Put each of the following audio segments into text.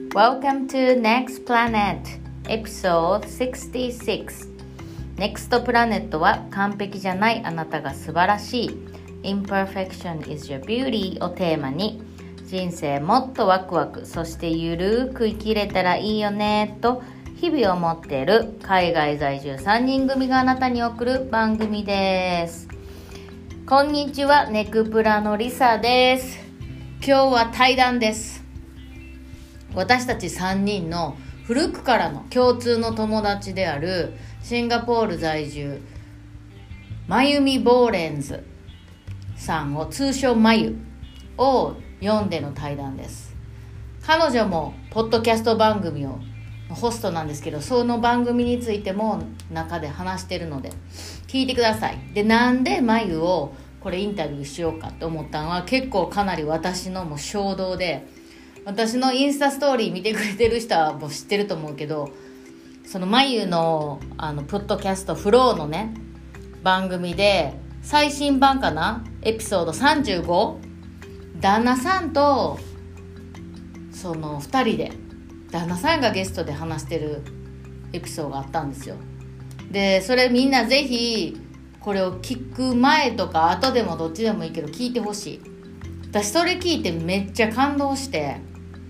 Welcome to Next Planet Episode 66 Next Planet は完璧じゃないあなたが素晴らしい Imperfection is your beauty をテーマに人生もっとワクワクそしてゆるく生きれたらいいよねと日々思っている海外在住3人組があなたに送る番組です。こんにちは、ネクプラのリサです。今日は対談です。私たち3人の古くからの共通の友達であるシンガポール在住まゆみボーレンズさんを通称まゆを読んでの対談です。彼女もポッドキャスト番組をホストなんですけど、その番組についても中で話してるので聞いてください。で、なんでまゆをこれインタビューしようかと思ったのは結構かなり私のも衝動で、私のインスタストーリー見てくれてる人はもう知ってると思うけど、そのまゆのポッドキャストフローのね番組で最新版かな、エピソード35、旦那さんとその2人で旦那さんがゲストで話してるエピソードがあったんですよ。でそれみんなぜひこれを聞く前とか後でもどっちでもいいけど聞いてほしい。私それ聞いてめっちゃ感動して、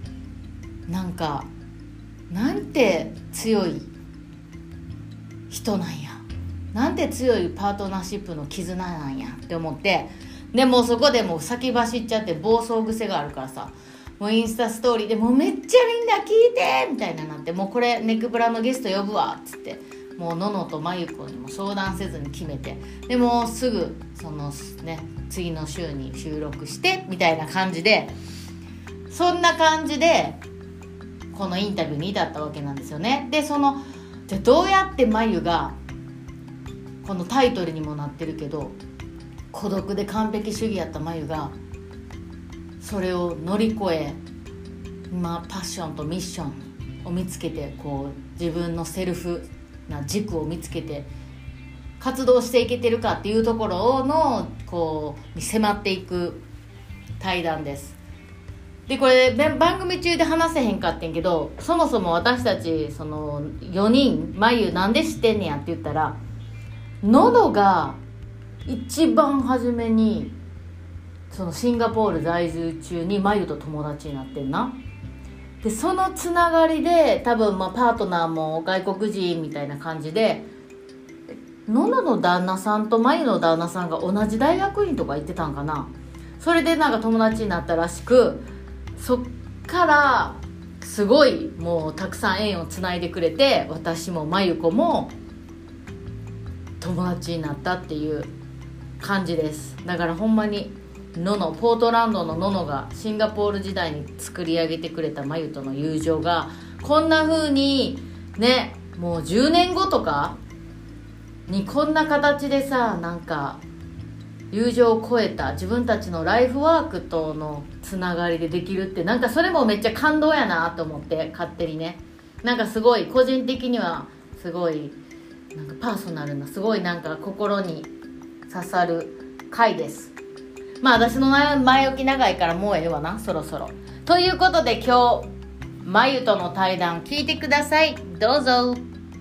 なんて強い人なんや、なんて強いパートナーシップの絆なんやって思って、でもそこでもう先走っちゃって暴走癖があるからさ、もうインスタストーリーでもうめっちゃみんな聞いてみたいななって、もうこれネクブラのゲスト呼ぶわっつって、もうののとまゆこにも相談せずに決めて、でもうすぐそのね次の週に収録してみたいな感じで、そんな感じでこのインタビューに至ったわけなんですよね。でじゃあどうやってまゆがこのタイトルにもなってるけど孤独で完璧主義やったまゆがそれを乗り越え、パッションとミッションを見つけて、こう自分のセルフな軸を見つけて活動していけてるかっていうところのこうに迫っていく対談です。でこれ番組中で話せへんかってんけど、そもそも私たちその4人まゆなんで知ってんねやって言ったら、のどが一番初めにそのシンガポール在住中にまゆと友達になってんな。でそのつながりで多分パートナーも外国人みたいな感じで、のの旦那さんとまゆの旦那さんが同じ大学院とか行ってたんかな。それで友達になったらしく、そっからすごいもうたくさん縁をつないでくれて、私もまゆこも友達になったっていう感じです。だからほんまにポートランドのののがシンガポール時代に作り上げてくれたまゆとの友情がこんな風にね、もう10年後とかにこんな形でさ、友情を超えた自分たちのライフワークとのつながりでできるって、それもめっちゃ感動やなと思って、勝手にねすごい個人的にはすごいパーソナルな、すごい心に刺さる回です。私の前置き長いからもうええわな、そろそろ。ということで今日まゆとの対談聞いてください。どうぞ。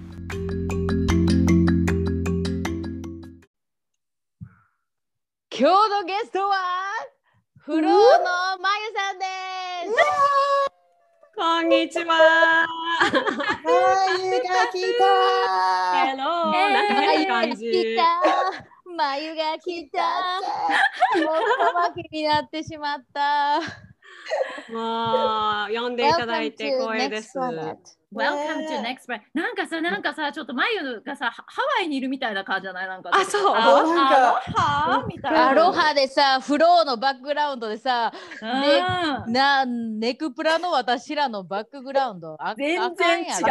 今日のゲストはフローのまゆさんです。 こんにちは。 まゆが来た。 ヘロー、変な感じ。 まゆが来た。もう小負けになってしまった。 もう呼んでいただいて光栄です。 Welcome to Next Planet。なんかさ、ちょっとまゆがさ、ハワイにいるみたいな感じじゃない？ あ、そう。 アロハみたいな。 アロハでさ、フローのバックグラウンドでさ、ネクプラの私らのバックグラウンド全然違う。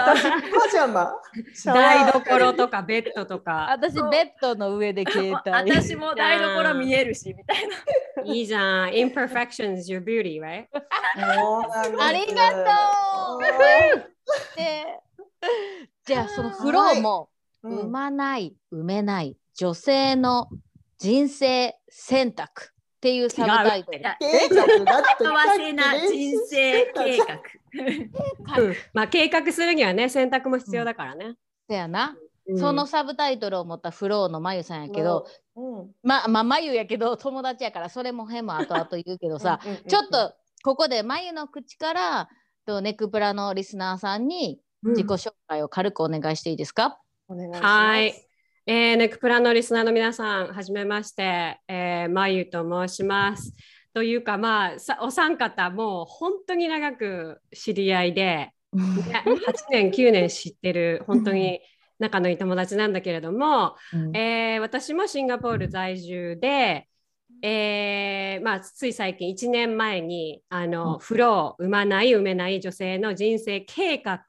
台所とかベッドとか。 私ベッドの上で携帯。 私も台所見えるしみたいな。 いいじゃん。Imperfection is your beauty, right? ありがとう。じゃあそのフローも産まない、産めない女性の人生選択っていうサブタイトル。 計画だって幸せな人生計画。 まあ計画するにはね、選択も必要だからね。 そやな。 うんそのサブタイトルを持ったフローのまゆさんやけど、 うんまゆやけど友達やからそれもへも後々言うけどさ、 うんうんうんちょっとここでまゆの口からネクプラのリスナーさんに自己紹介を軽くお願いしていいですか？ お願いします。 はい。ネクプラのリスナーの皆さん、はじめまして、まゆと申します。というか、まあ、お三方、もう本当に長く知り合いで、ね、8年、9年知ってる、本当に仲のいい友達なんだけれども、私もシンガポール在住で、まあ、つい最近1年前にフロー、産まない産めない女性の人生計画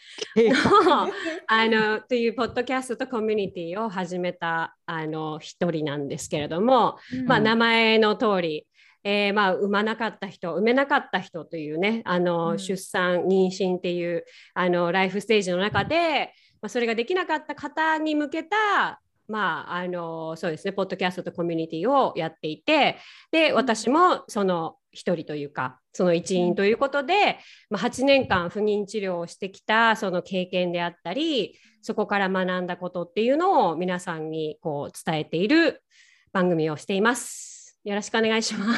のというポッドキャストとコミュニティを始めた一人なんですけれども、まあ、名前の通り、まあ、産まなかった人、産めなかった人というね出産妊娠っていうライフステージの中で、まあ、それができなかった方に向けたまあそうですね、ポッドキャストとコミュニティをやっていて、で私もその一人というかその一員ということで、まあ、8年間不妊治療をしてきたその経験であったり、そこから学んだことっていうのを皆さんにこう伝えている番組をしています。よろしくお願いします。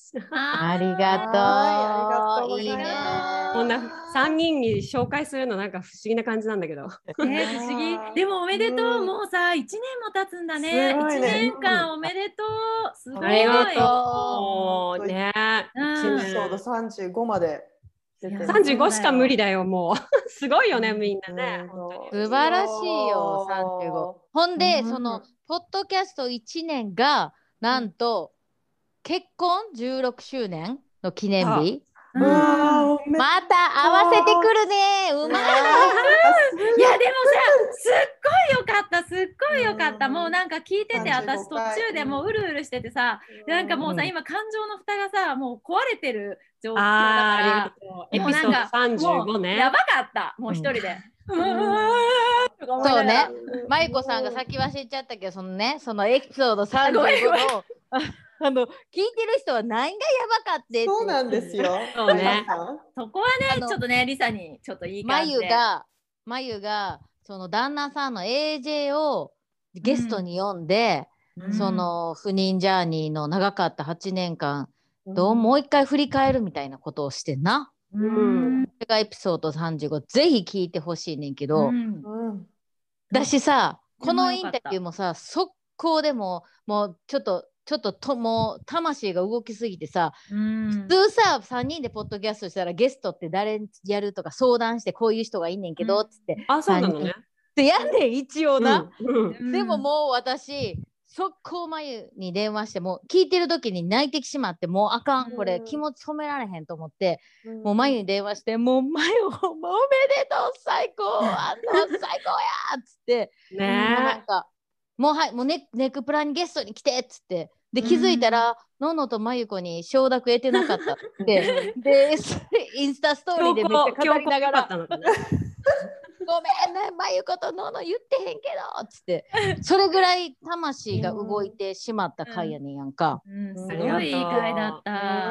ありがとう。 ありがとうございます。 いいね。 こんな3人に紹介するのなんか不思議な感じなんだけど。 不思議。でもおめでとう。もうさ、1年も経つんだね。 すごいね 1年間おめでとう。すごい。 ありがとう。ね、 エピソード35まで出てます。 35しか無理だよ、もう。すごいよね、みんなね。 素晴らしいよ、35。ほんで、そのポッドキャスト1年がなんと結婚16周年の記念日。 うわー、 また合わせてくるね。うまい。 いやでもさ、すっごいよかった、すっごいよかった。もうなんか聞いてて、私途中でもううるうるしててさ、なんかもうさ、今感情の蓋がさ、もう壊れてる状況だから、 エピソード35ね。 やばかった、もう一人で。 そうね、まゆこさんが先忘れちゃったけど、そのね、そのエピソード35の聞いてる人は何がやばかってって。 そうなんですよ。 そうね。 そこはね、ちょっとね、リサにちょっといい感じで。 まゆがその旦那さんの AJ をゲストに呼んで、その不妊ジャーニーの長かった8年間、もう一回振り返るみたいなことをしてんな。それがエピソード35、ぜひ聞いてほしいねんけど、だしさ、このインタビューもさ、速攻でもうちょっともう魂が動きすぎてさ、普通さ3人でポッドキャストしたらゲストって誰やるとか相談して、こういう人がいんねんけどっつって、 あ、そうなのね。 でやんねん一応な、でももう私速攻まゆに電話して、もう聞いてる時に泣いてしまって、もうあかん、これ気持ち染められへんと思って、もうまゆに電話して、もうまゆほんまおめでとう、最高、あんた最高やっつってなんかもうネクプラにゲストに来てっつって、で気づいたらののとまゆこに承諾得てなかったってでインスタストーリーでめっちゃ語りながらごめんね、まゆことのの言ってへんけどっつって、それぐらい魂が動いてしまった回やねんやんか。 すごいいい回だった。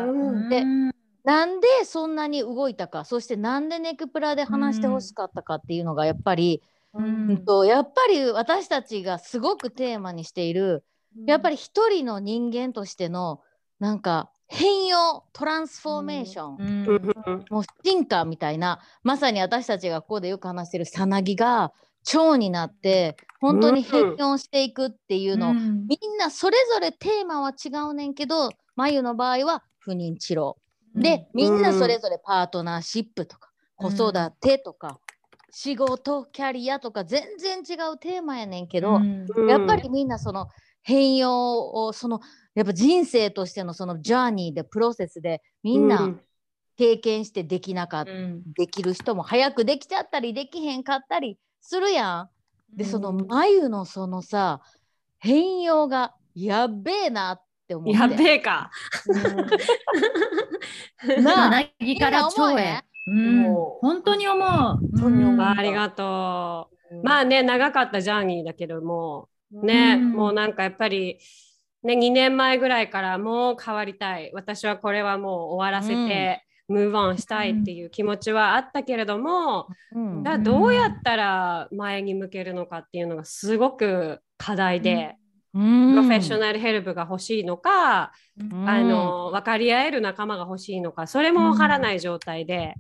で、なんでそんなに動いたか、そしてなんでネクプラで話してほしかったかっていうのがやっぱり、やっぱり私たちがすごくテーマにしている、やっぱり一人の人間としてのなんか変容、トランスフォーメーション、もう進化みたいな、まさに私たちがここでよく話してるさなぎが蝶になって本当に変容していくっていうのを、みんなそれぞれテーマは違うねんけど、まゆの場合は不妊治療で、みんなそれぞれパートナーシップとか子育てとか仕事キャリアとか全然違うテーマやねんけど、やっぱりみんなその変容をやっぱ人生としてのそのジャーニーでプロセスでみんな経験してできなかった、できる人も早くできちゃったりできへんかったりするやん。でそのまゆのそのさ変容がやっべえなって思って。 やっべえか。 なぎから蝶へ。本当に思う。 ありがとう。まあね、長かったジャーニーだけどもね、もうなんかやっぱりね、2年前ぐらいからもう変わりたい。私はこれはもう終わらせて、ムーブオンしたいっていう気持ちはあったけれども、じゃあどうやったら前に向けるのかっていうのがすごく課題で、プロフェッショナルヘルプが欲しいのか、分かり合える仲間が欲しいのか、それも分からない状態で、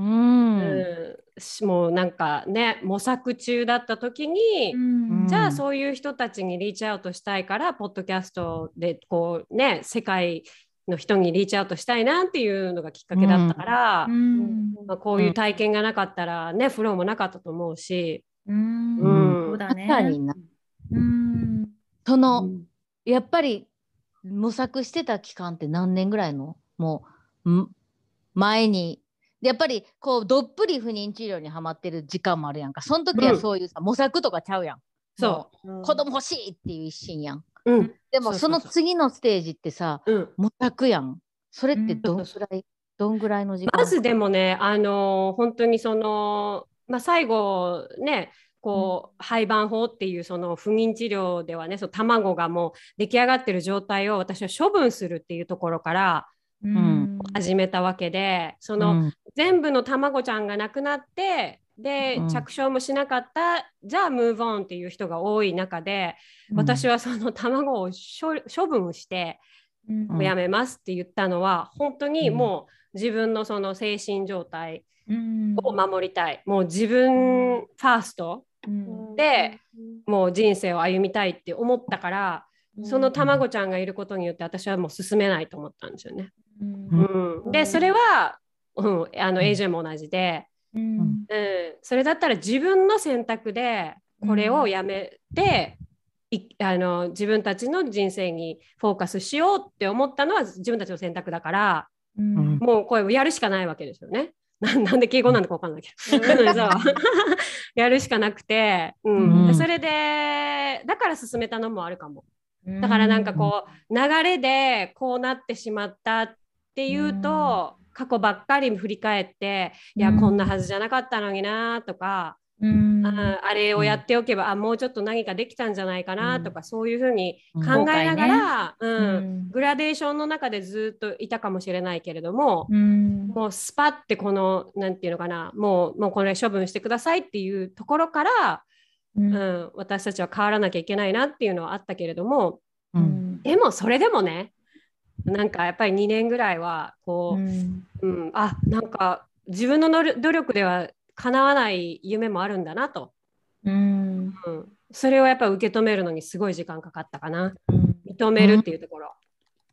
もうなんかね、模索中だった時に、じゃあそういう人たちにリーチアウトしたいから、ポッドキャストでこうね、世界の人にリーチアウトしたいなっていうのがきっかけだったから、まあ、こういう体験がなかったらね、フローもなかったと思うし、 そうだね。 その、やっぱり模索してた期間って何年ぐらいのもう前にやっぱりこうどっぷり不妊治療にはまってる時間もあるやんか。その時はそういうさ、模索とかちゃうやん。そう子供欲しいっていう一心やん。でもその次のステージってさ、模索やん。それってどんぐらいの時間？ まずでもね、本当にその、まあ、最後ね、こう胚盤法っていうその不妊治療ではね、その卵がもう出来上がってる状態を私は処分するっていうところから始めたわけで、その全部の卵ちゃんがなくなってで着床もしなかった、じゃあムーブオンっていう人が多い中で、私はその卵を処分してやめますって言ったのは、本当にもう自分のその精神状態を守りたい、もう自分ファーストでもう人生を歩みたいって思ったから、その卵ちゃんがいることによって私はもう進めないと思ったんですよね。でそれは、AJ も同じで、それだったら自分の選択でこれをやめて、自分たちの人生にフォーカスしようって思ったのは自分たちの選択だから、もうこれをやるしかないわけですよね。なんで敬語なんだか分かんないけどやるしかなくて、それでだから進めたのもあるかも。だからなんかこう流れでこうなってしまったっていうと、過去ばっかり振り返って、いやこんなはずじゃなかったのになとか、あれをやっておけばもうちょっと何かできたんじゃないかなとか、そういうふうに考えながら、グラデーションの中でずっといたかもしれないけれども、もうスパッてこのなんていうのかな、もうこれ処分してくださいっていうところから、私たちは変わらなきゃいけないなっていうのはあったけれども、でもそれでもね、なんかやっぱり2年ぐらいはこう、なんか自分の努力では叶わない夢もあるんだなと、それをやっぱ受け止めるのにすごい時間かかったかな、認めるっていうところ。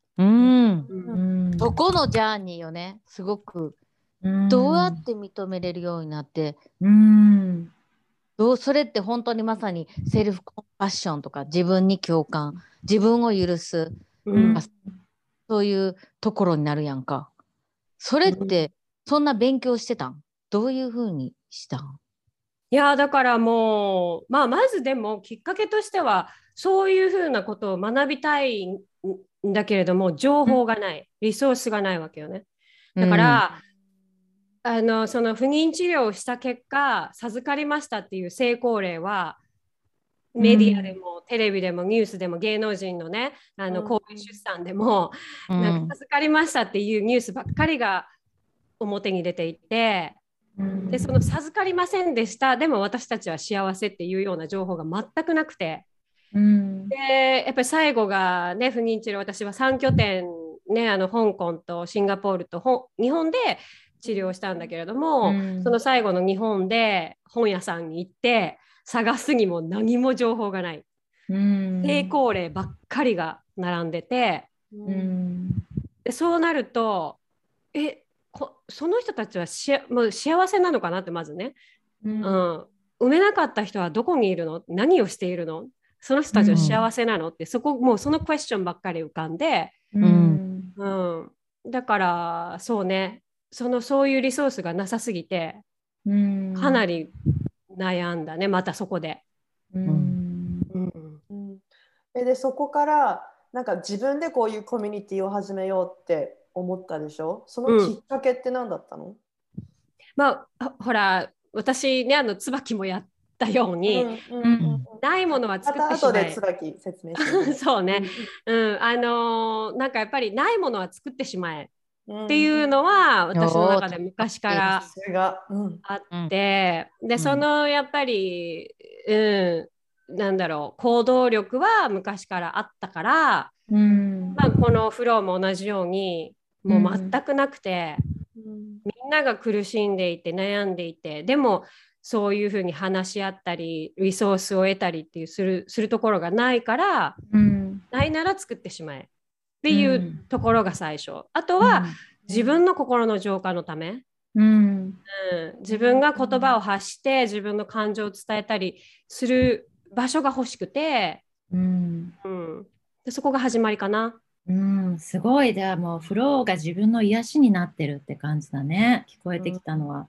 そこのジャーニーよね。すごくどうやって認めれるようになって、それって本当にまさにセルフコンパッションとか自分に共感、自分を許す、そういうところになるやんか。それってそんな勉強してたん？どういうふうにしたん？ いやだからもう、まずでもきっかけとしてはそういうふうなことを学びたいんだけれども、情報がない、リソースがないわけよね。だから、その不妊治療をした結果授かりましたっていう成功例はメディアでもテレビでもニュースでも芸能人のね、公営出産でも、なんか授かりましたっていうニュースばっかりが表に出ていて、でその授かりませんでしたでも私たちは幸せっていうような情報が全くなくて、でやっぱり最後がね、不妊治療、私は3拠点ね、香港とシンガポールと日本で治療したんだけれども、その最後の日本で本屋さんに行って探すにも何も情報がない、成功例ばっかりが並んでて、でそうなるとその人たちはもう幸せなのかなってまずね、産めなかった人はどこにいるの、何をしているの、その人たちは幸せなのって、もうそのクエスチョンばっかり浮かんで、だからそうね、そういうリソースがなさすぎて、かなり悩んだね、またそこで。 でそこからなんか自分でこういうコミュニティを始めようって思ったでしょ。そのきっかけって何だったの？ ほら私ね、椿もやったように、ないものは作ってしまえ。 後で椿説明して。 そうね、なんかやっぱりないものは作ってしまえっていうのは私の中で昔からあって、でそのやっぱり、なんだろう、行動力は昔からあったから、このフローも同じようにもう全くなくて、みんなが苦しんでいて悩んでいて、でもそういうふうに話し合ったりリソースを得たりっていうするところがないから、ないなら作ってしまえっていうところが最初。あとは、自分の心の浄化のため、自分が言葉を発して自分の感情を伝えたりする場所が欲しくて、でそこが始まりかな。 すごい。ではもうフローが自分の癒しになってるって感じだね。聞こえてきたのは。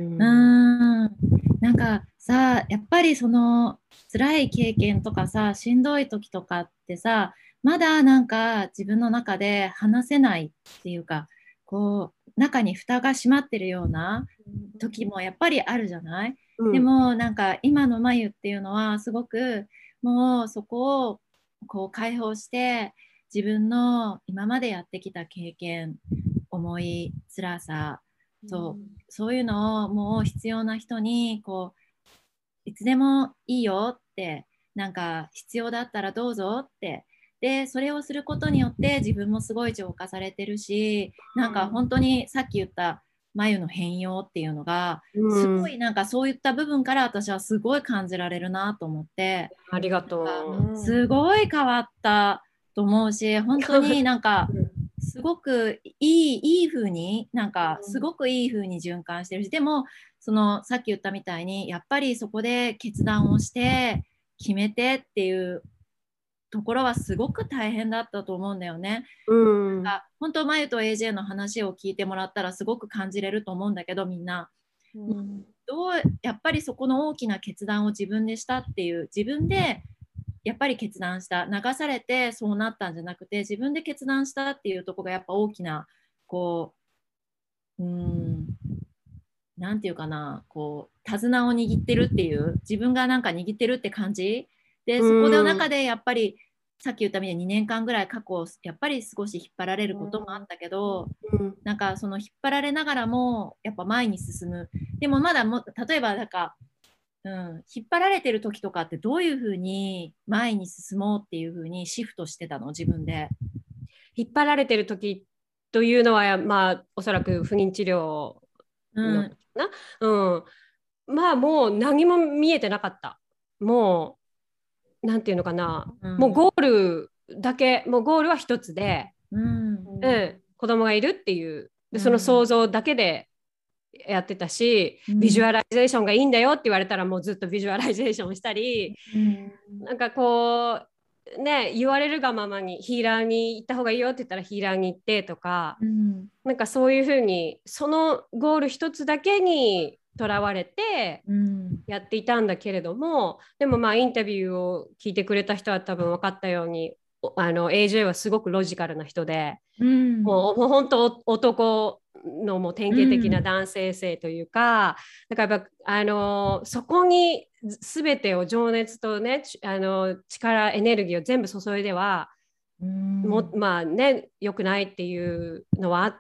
なんかさ、やっぱりその辛い経験とかさ、しんどい時とかってさ、まだなんか自分の中で話せないっていうか、こう中に蓋が閉まってるような時もやっぱりあるじゃない、でもなんか今のまゆっていうのはすごくもうそこをこう解放して自分の今までやってきた経験、思い、辛さ、そういうのをもう必要な人にこういつでもいいよって、なんか必要だったらどうぞって、でそれをすることによって自分もすごい浄化されてるし、なんか本当にさっき言った眉の変容っていうのがすごいなんかそういった部分から私はすごい感じられるなと思って、 ありがとう。 すごい変わったと思うし、本当になんかすごくいい風になんかすごくいい風に循環してるし、でもそのさっき言ったみたいにやっぱりそこで決断をして決めてっていうところはすごく大変だったと思うんだよね。なんか本当、まゆと AJ の話を聞いてもらったらすごく感じれると思うんだけど、みんな、やっぱりそこの大きな決断を自分でしたっていう、自分でやっぱり決断した、流されてそうなったんじゃなくて自分で決断したっていうところがやっぱ大きなこうなんていうかな、こう手綱を握ってるっていう、自分がなんか握ってるって感じで、そこの中でやっぱりさっき言ったみたいに2年間ぐらい過去やっぱり少し引っ張られることもあったけど、なんかその引っ張られながらもやっぱ前に進む。でもまだ例えばなんか、引っ張られてる時とかってどういうふうに前に進もうっていうふうにシフトしてたの、自分で。 引っ張られてる時というのは、まあおそらく不妊治療のまあもう何も見えてなかった。もうなんていうのかな、もうゴールだけ、もうゴールは一つで、子供がいるっていうで、その想像だけでやってたし、ビジュアライゼーションがいいんだよって言われたらもうずっとビジュアライゼーションしたり、なんかこうね、言われるがままにヒーラーに行った方がいいよって言ったらヒーラーに行ってとか、なんかそういうふうにそのゴール一つだけにとらわれてやっていたんだけれども、でもまあインタビューを聞いてくれた人は多分分かったように、AJ はすごくロジカルな人で、もう本当男のもう典型的な男性性というか、だからやっぱそこに全てを情熱とね、力エネルギーを全部注いではまあね良くないっていうのはあって、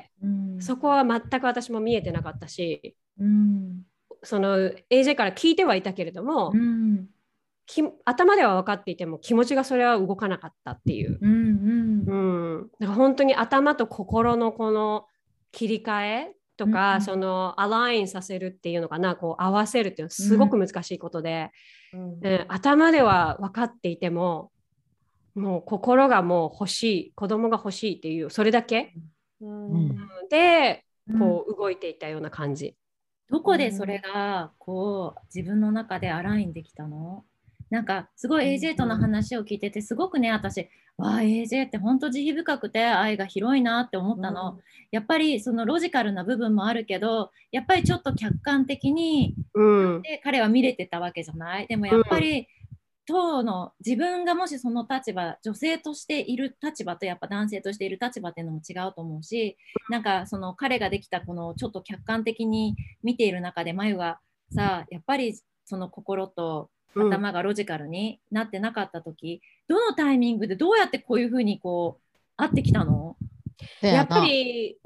そこは全く私も見えてなかったし、その AJ から聞いてはいたけれども、頭では分かっていても気持ちがそれは動かなかったっていう、だから本当に頭と心のこの切り替えとか、そのアラインさせるっていうのかな、こう合わせるっていうのはすごく難しいことで、頭では分かっていてももう心がもう欲しい、子供が欲しいっていうそれだけ、でこう動いていたような感じ。 どこでそれがこう自分の中でアラインできたの？なんかすごい AJ との話を聞いててすごくね、私AJ って本当慈悲深くて愛が広いなって思ったの。やっぱりそのロジカルな部分もあるけど、やっぱりちょっと客観的に、で彼は見れてたわけじゃない。でもやっぱり、当の自分がもしその立場、女性としている立場とやっぱ男性としている立場っていうのも違うと思うし、なんかその彼ができたこのちょっと客観的に見ている中で、まゆがさ、やっぱりその心とうん頭がロジカルになってなかった時、どのタイミングでどうやってこういうふうにこう会ってきたの？ やっぱり、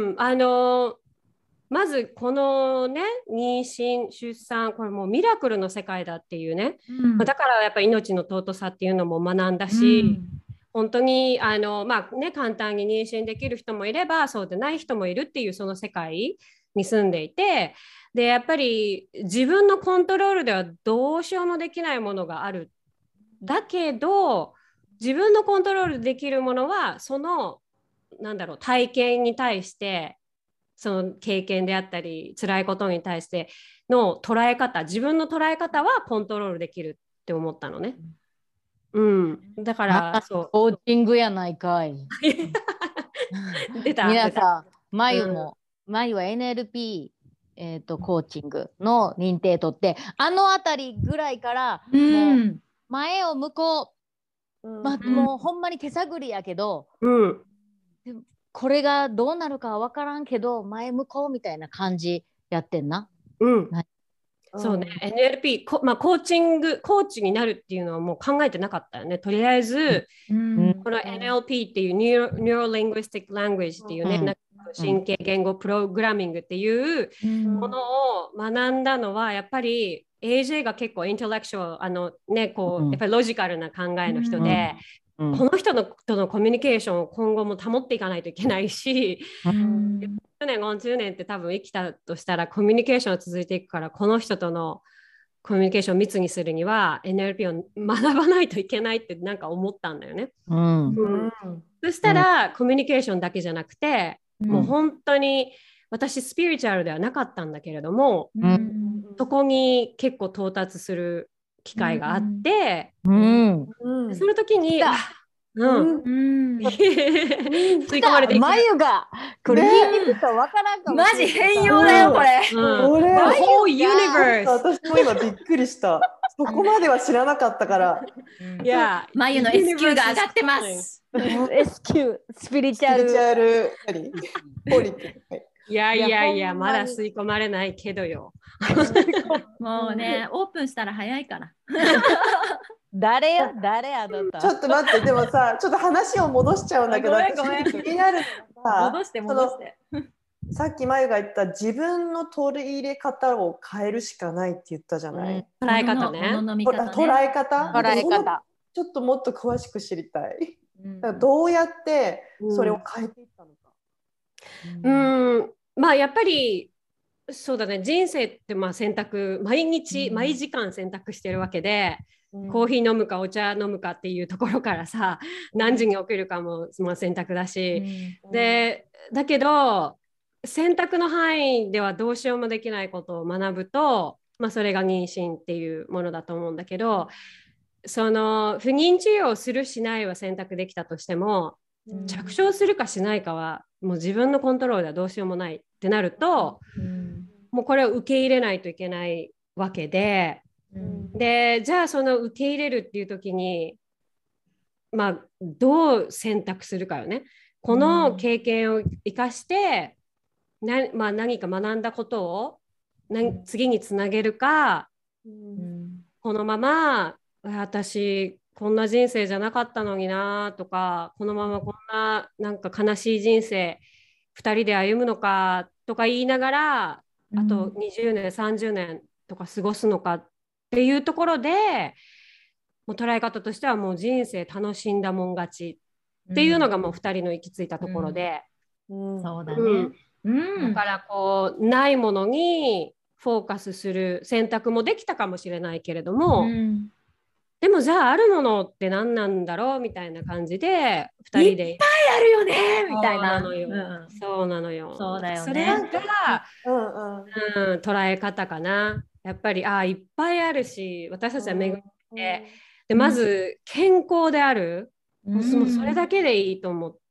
まずこのね、妊娠、出産、これもうミラクルの世界だっていうね、だからやっぱり命の尊さっていうのも学んだし、本当に簡単に妊娠できる人もいればそうでない人もいるっていうその世界に住んでいて、でやっぱり自分のコントロールではどうしようもできないものがある。だけど自分のコントロールできるものはその体験に対してその経験であったり辛いことに対しての捉え方、自分の捉え方はコントロールできるって思ったのね。だからコーチングやないかい。 出た。 皆さん、まゆは NLP、コーチングの認定取って、あのあたりぐらいからもう前を向こう、もうほんまに手探りやけど、これがどうなるかは分からんけど前向こうみたいな感じやってんな。 そうね、NLP、コーチになるっていうのはもう考えてなかったよね。とりあえず、この NLP っていう Neuro-Linguistic Language っていうね、神経言語プログラミングっていうものを学んだのは、やっぱり AJ が結構インテレクション、やっぱりロジカルな考えの人で、この人とのコミュニケーションを今後も保っていかないといけないし、10年50年って多分生きたとしたらコミュニケーションが続いていくから、この人とのコミュニケーションを密にするには NLP を学ばないといけないってなんか思ったんだよね。そしたらコミュニケーションだけじゃなくて、もう本当に私スピリチュアルではなかったんだけれども、そこに結構到達する機会があって、その時に吸い込まれていく。 眉がこれ聞いてる人分からんかもしれない。 マジ変容だよこれ。 The whole universe。 私も今びっくりした。そこまでは知らなかったから。 眉の SQ が上がってます。 SQ スピリチュアル。 ポリティ。 いやまだ吸い込まれないけどよ。 もうね、オープンしたら早いから。 誰あなた。 ちょっと待って、でもさ、ちょっと話を戻しちゃうんだけど、 ごめん気になるのが戻して。 さっきまゆが言った自分の取り入れ方を変えるしかないって言ったじゃない。 捉え方ね。 捉え方。ちょっともっと詳しく知りたい。どうやってそれを変えていったのか。 やっぱりそうだね、人生って選択、毎日、毎時間選択してるわけで、コーヒー飲むかお茶飲むかっていうところからさ、何時に起きるかも選択だし、だけど選択の範囲ではどうしようもできないことを学ぶと、それが妊娠っていうものだと思うんだけど、その不妊治療をするしないは選択できたとしても、着床するかしないかはもう自分のコントロールではどうしようもないってなると、もうこれを受け入れないといけないわけで、でじゃあその受け入れるっていう時にどう選択するかよね。この経験を生かして何か学んだことを次につなげるか、このまま私こんな人生じゃなかったのになとか、このままこんななんか悲しい人生2人で歩むのかとか言いながら、あと20年30年とか過ごすのかっていうところで、もう捉え方としてはもう人生楽しんだもん勝ちっていうのがもう2人の行き着いたところで、 そうだね。 だからこうないものにフォーカスする選択もできたかもしれないけれども、でもじゃああるものって何なんだろうみたいな感じで2人でいっぱいあるよねみたいな。 そうなのよ。 そうだよね。 それが、捉え方かな。やっぱりいっぱいあるし、私たちは恵まれて、でまず健康である、もうそれだけでいいと思って、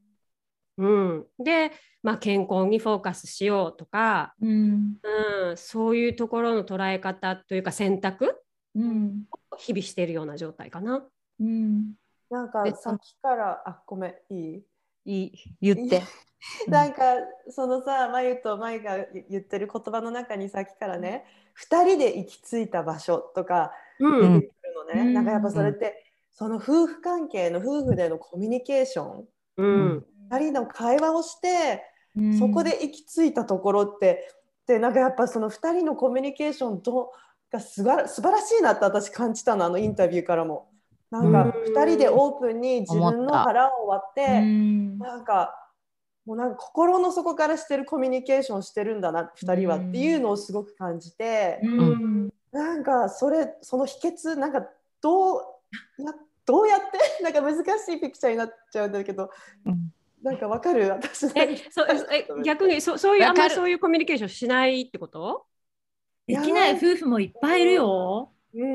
で、健康にフォーカスしようとか、そういうところの捉え方というか選択を日々しているような状態かな。 なんかさっきからごめんいい言って。 なんかそのさ、まゆとまゆが言ってる言葉の中にさっきからね、2人で行き着いた場所とか出てくるのね、なんかやっぱそれって、その夫婦関係の夫婦でのコミュニケーション、2人の会話をして、そこで行き着いたところってで、なんかやっぱその2人のコミュニケーションが素晴らしいなって私感じたの、インタビューからも。なんか2人でオープンに自分の腹を割って、なんかもうなんか心の底からしてるコミュニケーションしてるんだな2人はっていうのをすごく感じて、なんかその秘訣なんかどうやってなんか難しいピクチャーになっちゃうんだけど、なんかわかる？私逆にそういうあんまりそういうコミュニケーションしないってこと？ できない夫婦もいっぱいいるよ。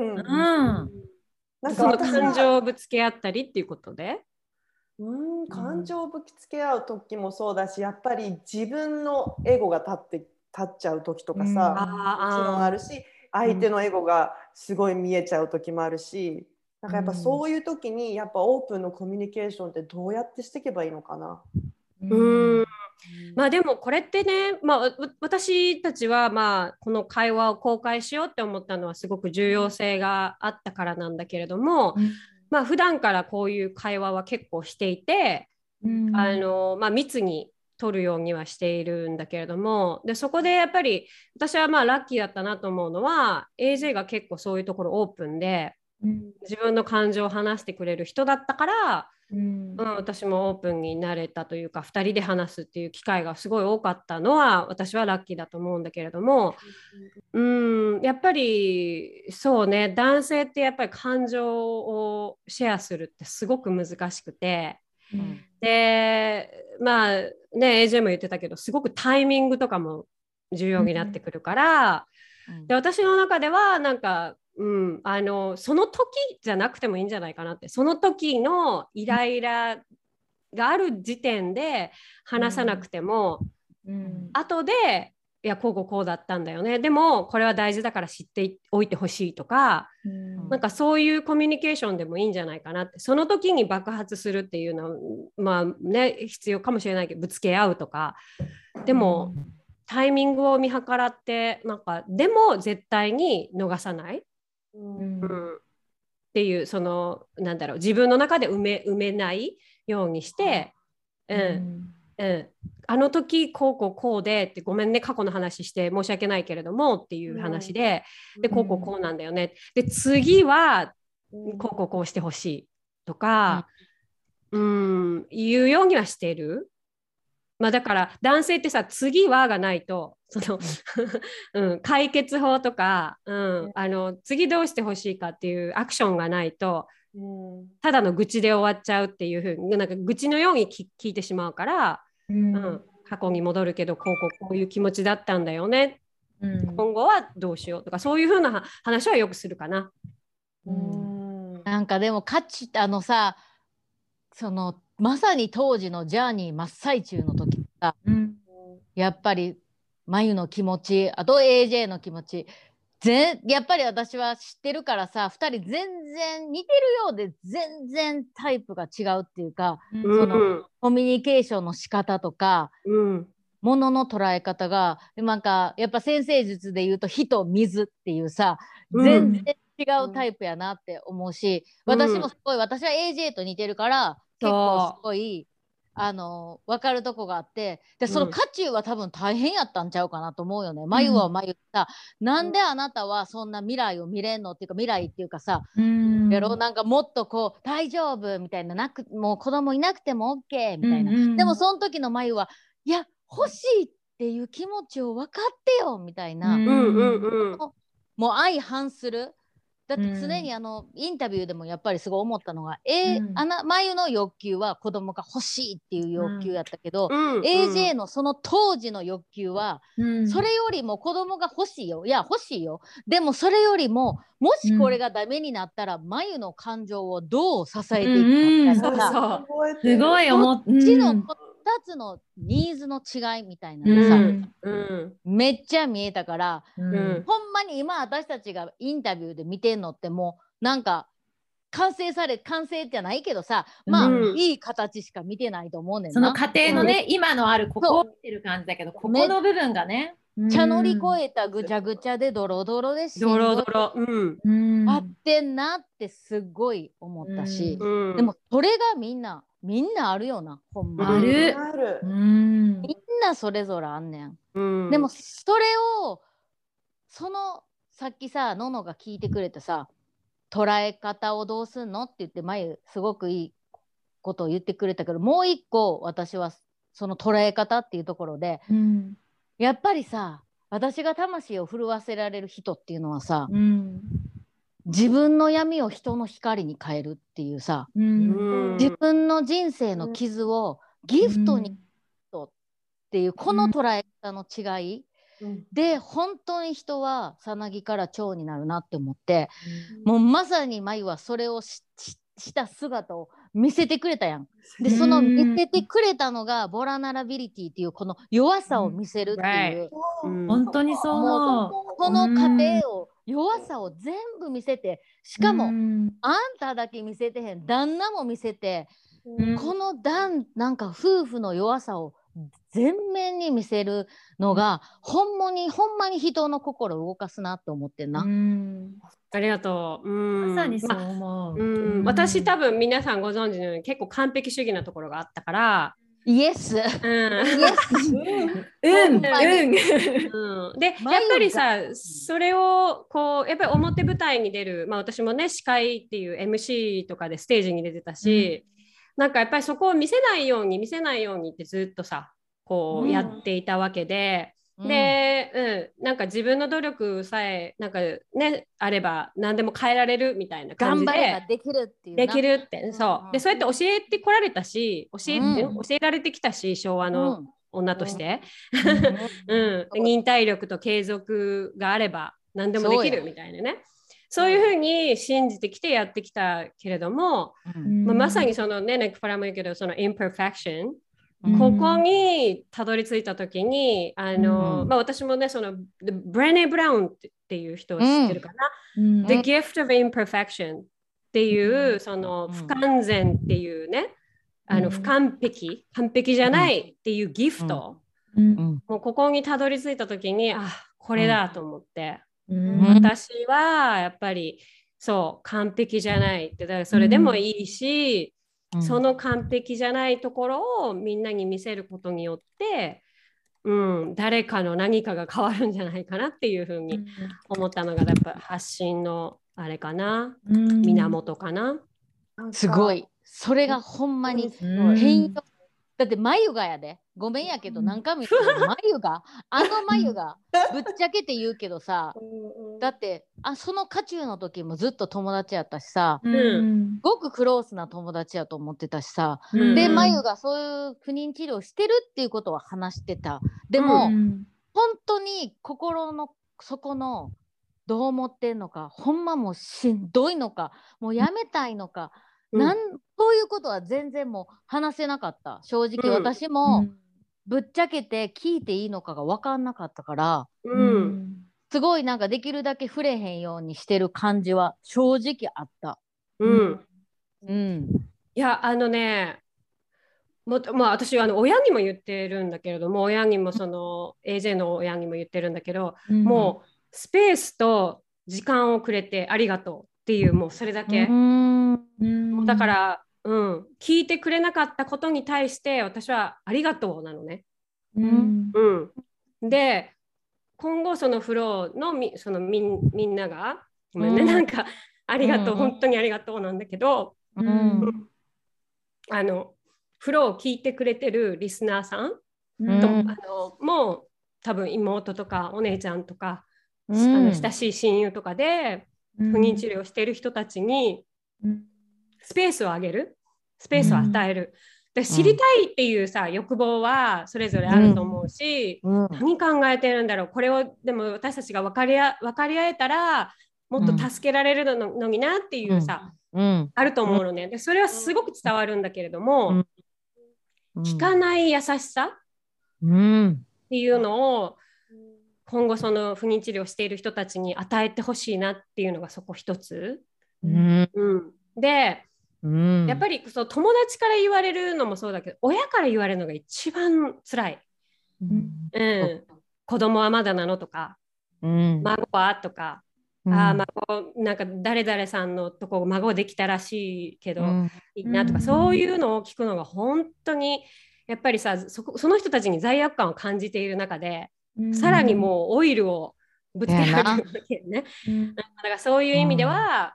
なんかその感情をぶつけ合ったりっていうことで、 感情をぶつけ合う時もそうだし、やっぱり自分のエゴが立っちゃう時とかさ、もちろんあるし、相手のエゴがすごい見えちゃう時もあるし、なんかやっぱそういう時にやっぱオープンのコミュニケーションってどうやってしていけばいいのかな。 まあでもこれってね、私たちはこの会話を公開しようって思ったのはすごく重要性があったからなんだけれども、普段からこういう会話は結構していて、密に取るようにはしているんだけれども、でそこでやっぱり私はラッキーだったなと思うのは AJ が結構そういうところオープンで、自分の感情を話してくれる人だったから、私もオープンになれたというか、2人で話すっていう機会がすごい多かったのは私はラッキーだと思うんだけれども、やっぱりそうね、男性ってやっぱり感情をシェアするってすごく難しくて、でAJ も言ってたけど、すごくタイミングとかも重要になってくるから、で私の中ではなんかその時じゃなくてもいいんじゃないかなって、その時のイライラがある時点で話さなくても、後でいやこうだったんだよね、でもこれは大事だから知っておいてほしいとか、なんかそういうコミュニケーションでもいいんじゃないかなって。その時に爆発するっていうのは必要かもしれないけど、ぶつけ合うとかでも、タイミングを見計らって、なんかでも絶対に逃さない、っていう、そのなんだろう、自分の中で埋めないようにして、あの時こうでって、ごめんね過去の話して申し訳ないけれどもっていう話で、こうなんだよね、で次はこうしてほしいとか、言うようにはしてる。だから男性ってさ、次はがないとその、解決法とか、次どうしてほしいかっていうアクションがないと、ただの愚痴で終わっちゃうっていう風に、なんか愚痴のように聞いてしまうから、過去に戻るけどこういう気持ちだったんだよね、今後はどうしようとか、そういう風な話はよくするかな。 なんかでもさ、そのまさに当時のジャーニー真っ最中の時さ、やっぱり眉の気持ち、あと AJ の気持ち、やっぱり私は知ってるからさ、2人全然似てるようで全然タイプが違うっていうか、そのコミュニケーションの仕方とか、ものの捉え方がなんかやっぱ先生術で言うと火と水っていうさ、全然違うタイプやなって思うし、私もすごい、私は AJ と似てるから結構すごい分かるとこがあって、でその渦中は多分大変やったんちゃうかなと思うよね。眉は眉さ、なんであなたはそんな未来を見れんのっていうか、未来っていうかさ、やろ、なんかもっとこう大丈夫みたいな、もう子供いなくても OK みたいな、でもその時の眉はいや欲しいっていう気持ちを分かってよみたいな、もう相反する。だって常にインタビューでもやっぱりすごい思ったのが、眉の欲求は子供が欲しいっていう欲求やったけど、AJ のその当時の欲求は、それよりも子供が欲しいよ、いや欲しいよ、でもそれよりももしこれがダメになったら、眉の感情をどう支えていくかみたいな、 すごい思って、 こっちの2つのニーズの違いみたいなのさ、めっちゃ見えたから、ほんまに今私たちがインタビューで見てんのってもうなんか完成じゃないけどさ、まあ、いい形しか見てないと思うねんな。 その過程のね、今のあるここを見てる感じだけど、ここの部分がね。 茶乗り越えたぐちゃぐちゃでドロドロでしんどい。 ドロドロ。 あってんなってすごい思ったし、でもそれがみんなあるよな、ほんま。 ある。 みんなそれぞれあんねん。でもそれをさっきさののが聞いてくれてさ、捉え方をどうすんのって言ってまゆすごくいいことを言ってくれたけど、もう一個私はその捉え方っていうところで、やっぱりさ、私が魂を震わせられる人っていうのはさ、自分の闇を人の光に変えるっていうさ、自分の人生の傷をギフトにっていうこの捉え方の違いで、本当に人はさなぎから蝶になるなって思って、もうまさにまゆはそれをした姿を見せてくれたやん。でその見せてくれたのがボラナラビリティっていうこの弱さを見せるっていう、 本当にそう思う。 この過程を弱さを全部見せて、しかもあんただけ見せてへん、旦那も見せて、このなんか夫婦の弱さを全面に見せるのがほんまに人の心を動かすなって思ってんな。 ありがとう。 まさにそう思う。 私多分皆さんご存知のように結構完璧主義なところがあったから、 イエス。イエス。 でやっぱりさ、それをこうやっぱり表舞台に出る、私もね司会っていう MC とかでステージに出てたし、なんかやっぱりそこを見せないようにってずっとさこうやっていたわけで、なんか自分の努力さえなんかねあれば何でも変えられるみたいな感じで、 頑張ればできるっていうな。 できるって、そうでそうやって教えてこられたし、教えられてきたし、昭和の女として、忍耐力と継続があれば何でもできるみたいなね、そういうふうに信じてきてやってきたけれども、まさにそのね、ネクパラも言うけど、その imperfection、ここにたどり着いたときに、私もね、そのブレネ・ブラウンっていう人を知ってるかな、The Gift of Imperfection っていう、その不完全っていうね、完璧じゃないっていうギフト、もうここにたどり着いたときに、これだと思って。私はやっぱりそう完璧じゃないって、だからそれでもいいし、その完璧じゃないところをみんなに見せることによって、誰かの何かが変わるんじゃないかなっていうふうに思ったのがやっぱ発信のあれかな、源かな。 すごい、それがほんまに変容。だって眉がやで、ごめんやけど何回も言ってる眉が眉がぶっちゃけて言うけどさ、だってその渦中の時もずっと友達やったしさ、すごくクロースな友達やと思ってたしさ、で眉がそういう不妊治療してるっていうことは話してた。でも、本当に心の底のどう思ってんのか、ほんまもうしんどいのか、もうやめたいのか、そういうことは全然もう話せなかった。正直私もぶっちゃけて聞いていいのかが分かんなかったから、すごいなんかできるだけ触れへんようにしてる感じは正直あった。 いや私は親にも言ってるんだけれども、親にもその AJ の親にも言ってるんだけど、もうスペースと時間をくれてありがとうっていう、もうそれだけ。だから、聞いてくれなかったことに対して私はありがとうなのね。で今後そのフローのそのみんながごめんね、なんかありがとう、本当にありがとうなんだけど、フローを聞いてくれてるリスナーさんと、もう多分妹とかお姉ちゃんとか、親しい親友とかで不妊治療してる人たちにスペースをあげる、スペースを与える。で知りたいっていうさ、欲望はそれぞれあると思うし、何考えてるんだろう、これをでも私たちが分かり合えたらもっと助けられるのになっていうさ、あると思うのね。でそれはすごく伝わるんだけれども、聞かない優しさっていうのを今後その不妊治療している人たちに与えてほしいなっていうのがそこ一つ。 で、やっぱり、 りそう友達から言われるのもそうだけど、親から言われるのが一番辛い。子供はまだなのとか、孫はとか、孫なんか誰々さんのとこ孫できたらしいけど、いいなとか、そういうのを聞くのが本当にやっぱりさ、その人たちに罪悪感を感じている中で、さらにもうオイルをぶつけられるわけよね。だからそういう意味では、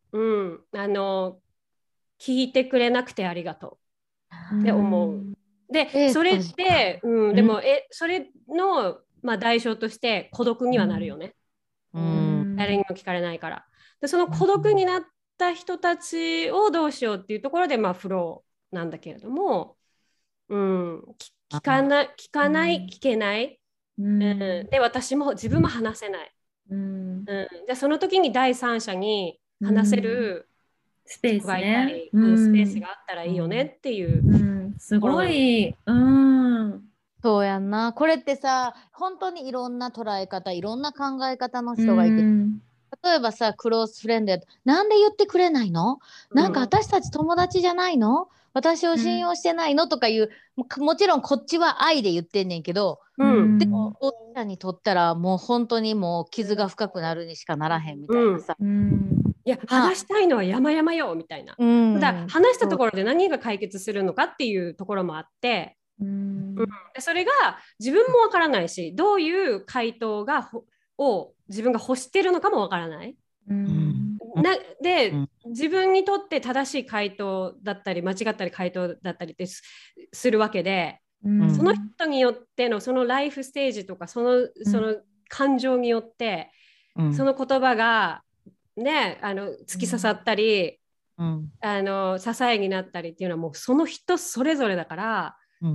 聞いてくれなくてありがとうって思う。で、それって、でもそれの、代償として孤独にはなるよね。誰にも聞かれないから。で、その孤独になった人たちをどうしようっていうところで、フローなんだけれども、聞かない、聞けない。で、私も自分も話せない。じゃあその時に第三者に話せる、 スペースね、 スペースがあったらいいよねっていう、 すごい、 そうやんな。これってさ、本当にいろんな捉え方、いろんな考え方の人がいて、例えばさ、クロースフレンドやなんで言ってくれないの、なんか私たち友達じゃないの、私を信用してないのとかいう、もちろんこっちは愛で言ってんねんけど、でも当事者にとったらもう本当にもう傷が深くなるにしかならへんみたいなさ。 いや、話したいのは山々よみたいな。ただ話したところで何が解決するのかっていうところもあって、でそれが自分もわからないし、どういう回答を自分が欲してるのかもわからない。で、自分にとって正しい回答だったり間違ったり回答だったりってするわけで、その人によってのそのライフステージとかその感情によって、その言葉がね、突き刺さったり、支えになったりっていうのはもうその人それぞれだから、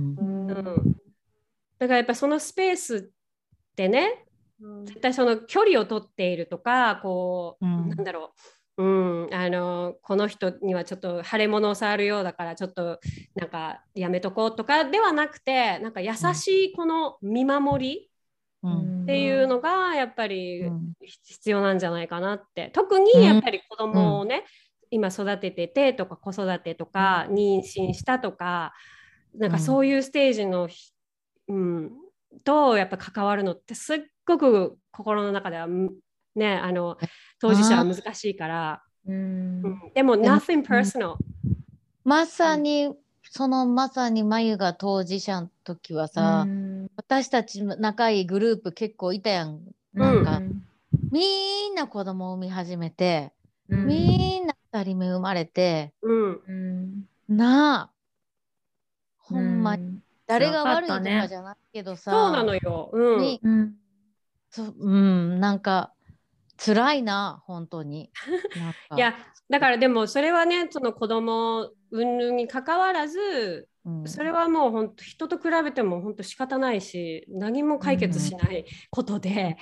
だからやっぱそのスペースってね、絶対その距離を取っているとか、こう、なんだろう、この人にはちょっと腫れ物を触るようだからちょっとなんかやめとこうとかではなくて、なんか優しいこの見守りっていうのがやっぱり必要なんじゃないかなって。特にやっぱり子供をね、今育てててとか子育てとか妊娠したとか、なんかそういうステージの、とやっぱ関わるのってすっごく心の中ではね、当事者は難しいから、でも nothing personal。 まさにまゆが当事者の時はさ、私たち仲いいグループ結構いたやん。なんか、みんな子供を産み始めて、みんな2人目生まれて、なあ、ほんまに誰が悪いとかじゃないけどさ、 そうなのよ。 なんか辛いな、本当に。 いや、だからでもそれはね、その子供云々に関わらず、それはもう本当人と比べても本当仕方ないし、何も解決しないことで、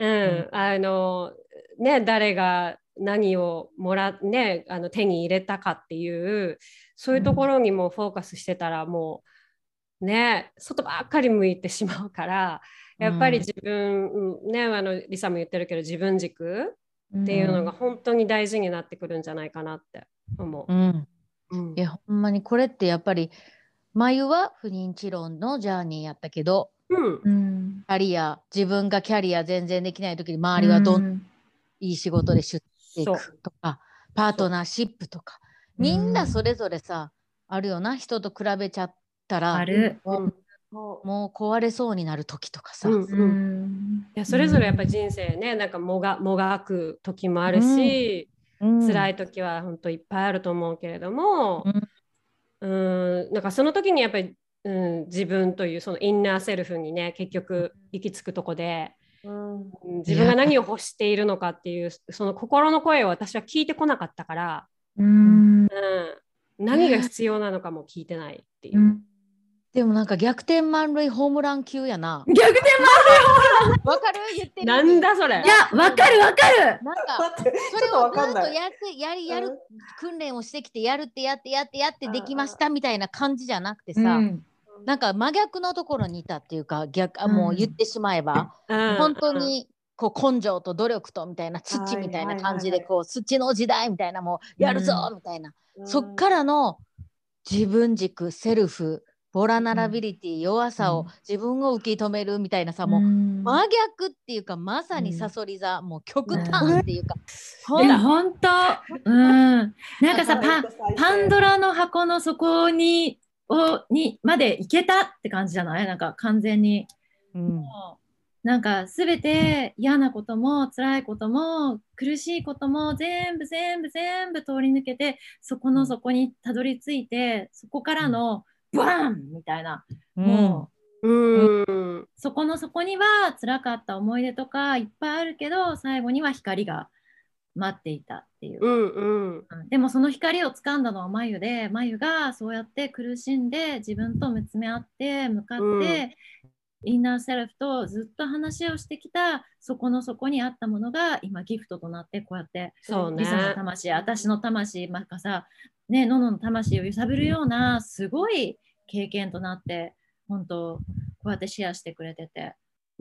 誰が何を手に入れたかっていうそういうところにもフォーカスしてたらもうね、外ばっかり向いてしまうから、やっぱり自分、リサも言ってるけど自分軸っていうのが本当に大事になってくるんじゃないかなって思う。 いやほんまにこれってやっぱりまゆは不妊治療のジャーニーやったけど、自分がキャリア全然できない時に周りはどんいい仕事で出世していくとか、パートナーシップとか、みんなそれぞれさあるよな。人と比べちゃったらもう壊れそうになる時とかさ、 いやそれぞれやっぱり人生ね、なんかもがく時もあるし、辛い時は本当いっぱいあると思うけれども、なんかその時にやっぱり、自分というそのインナーセルフにね結局行き着くとこで、自分が何を欲しているのかっていうその心の声を私は聞いてこなかったから、何が必要なのかも聞いてないっていう。 でもなんか逆転満塁ホームラン級やな。 逆転満塁ホームランわかる言ってる。 なんだそれ。 いやわかる。なんかそれをずっとやる訓練をしてきてやってできましたみたいな感じじゃなくてさ、なんか真逆のところにいたっていうか、もう言ってしまえば、本当にこう根性と努力とみたいな土みたいな感じでこう土の時代みたいなもうやるぞみたいな、そっからの自分軸セルフボラナラビリティ、弱さを自分を受け止めるみたいなさ、もう真逆っていうかまさにサソリ座、もう極端っていうか、 でも本当、なんかさパンドラの箱の底にまで行けたって感じじゃない？なんか完全に、もうなんか全て嫌なことも辛いことも苦しいことも全部通り抜けて、そこの底にたどり着いて、そこからのバンみたいな、もう、そこの底には辛かった思い出とかいっぱいあるけど、最後には光が待っていたっていう、でもその光を掴んだのは眉で、眉がそうやって苦しんで自分と見つめ合って向かって、インナーセルフとずっと話をしてきた、そこの底にあったものが今ギフトとなって、こうやってリサの魂、私の魂、なんかさ、ね、ノノの魂を揺さぶるようなすごい経験となって、本当こうやってシェアしてくれてて、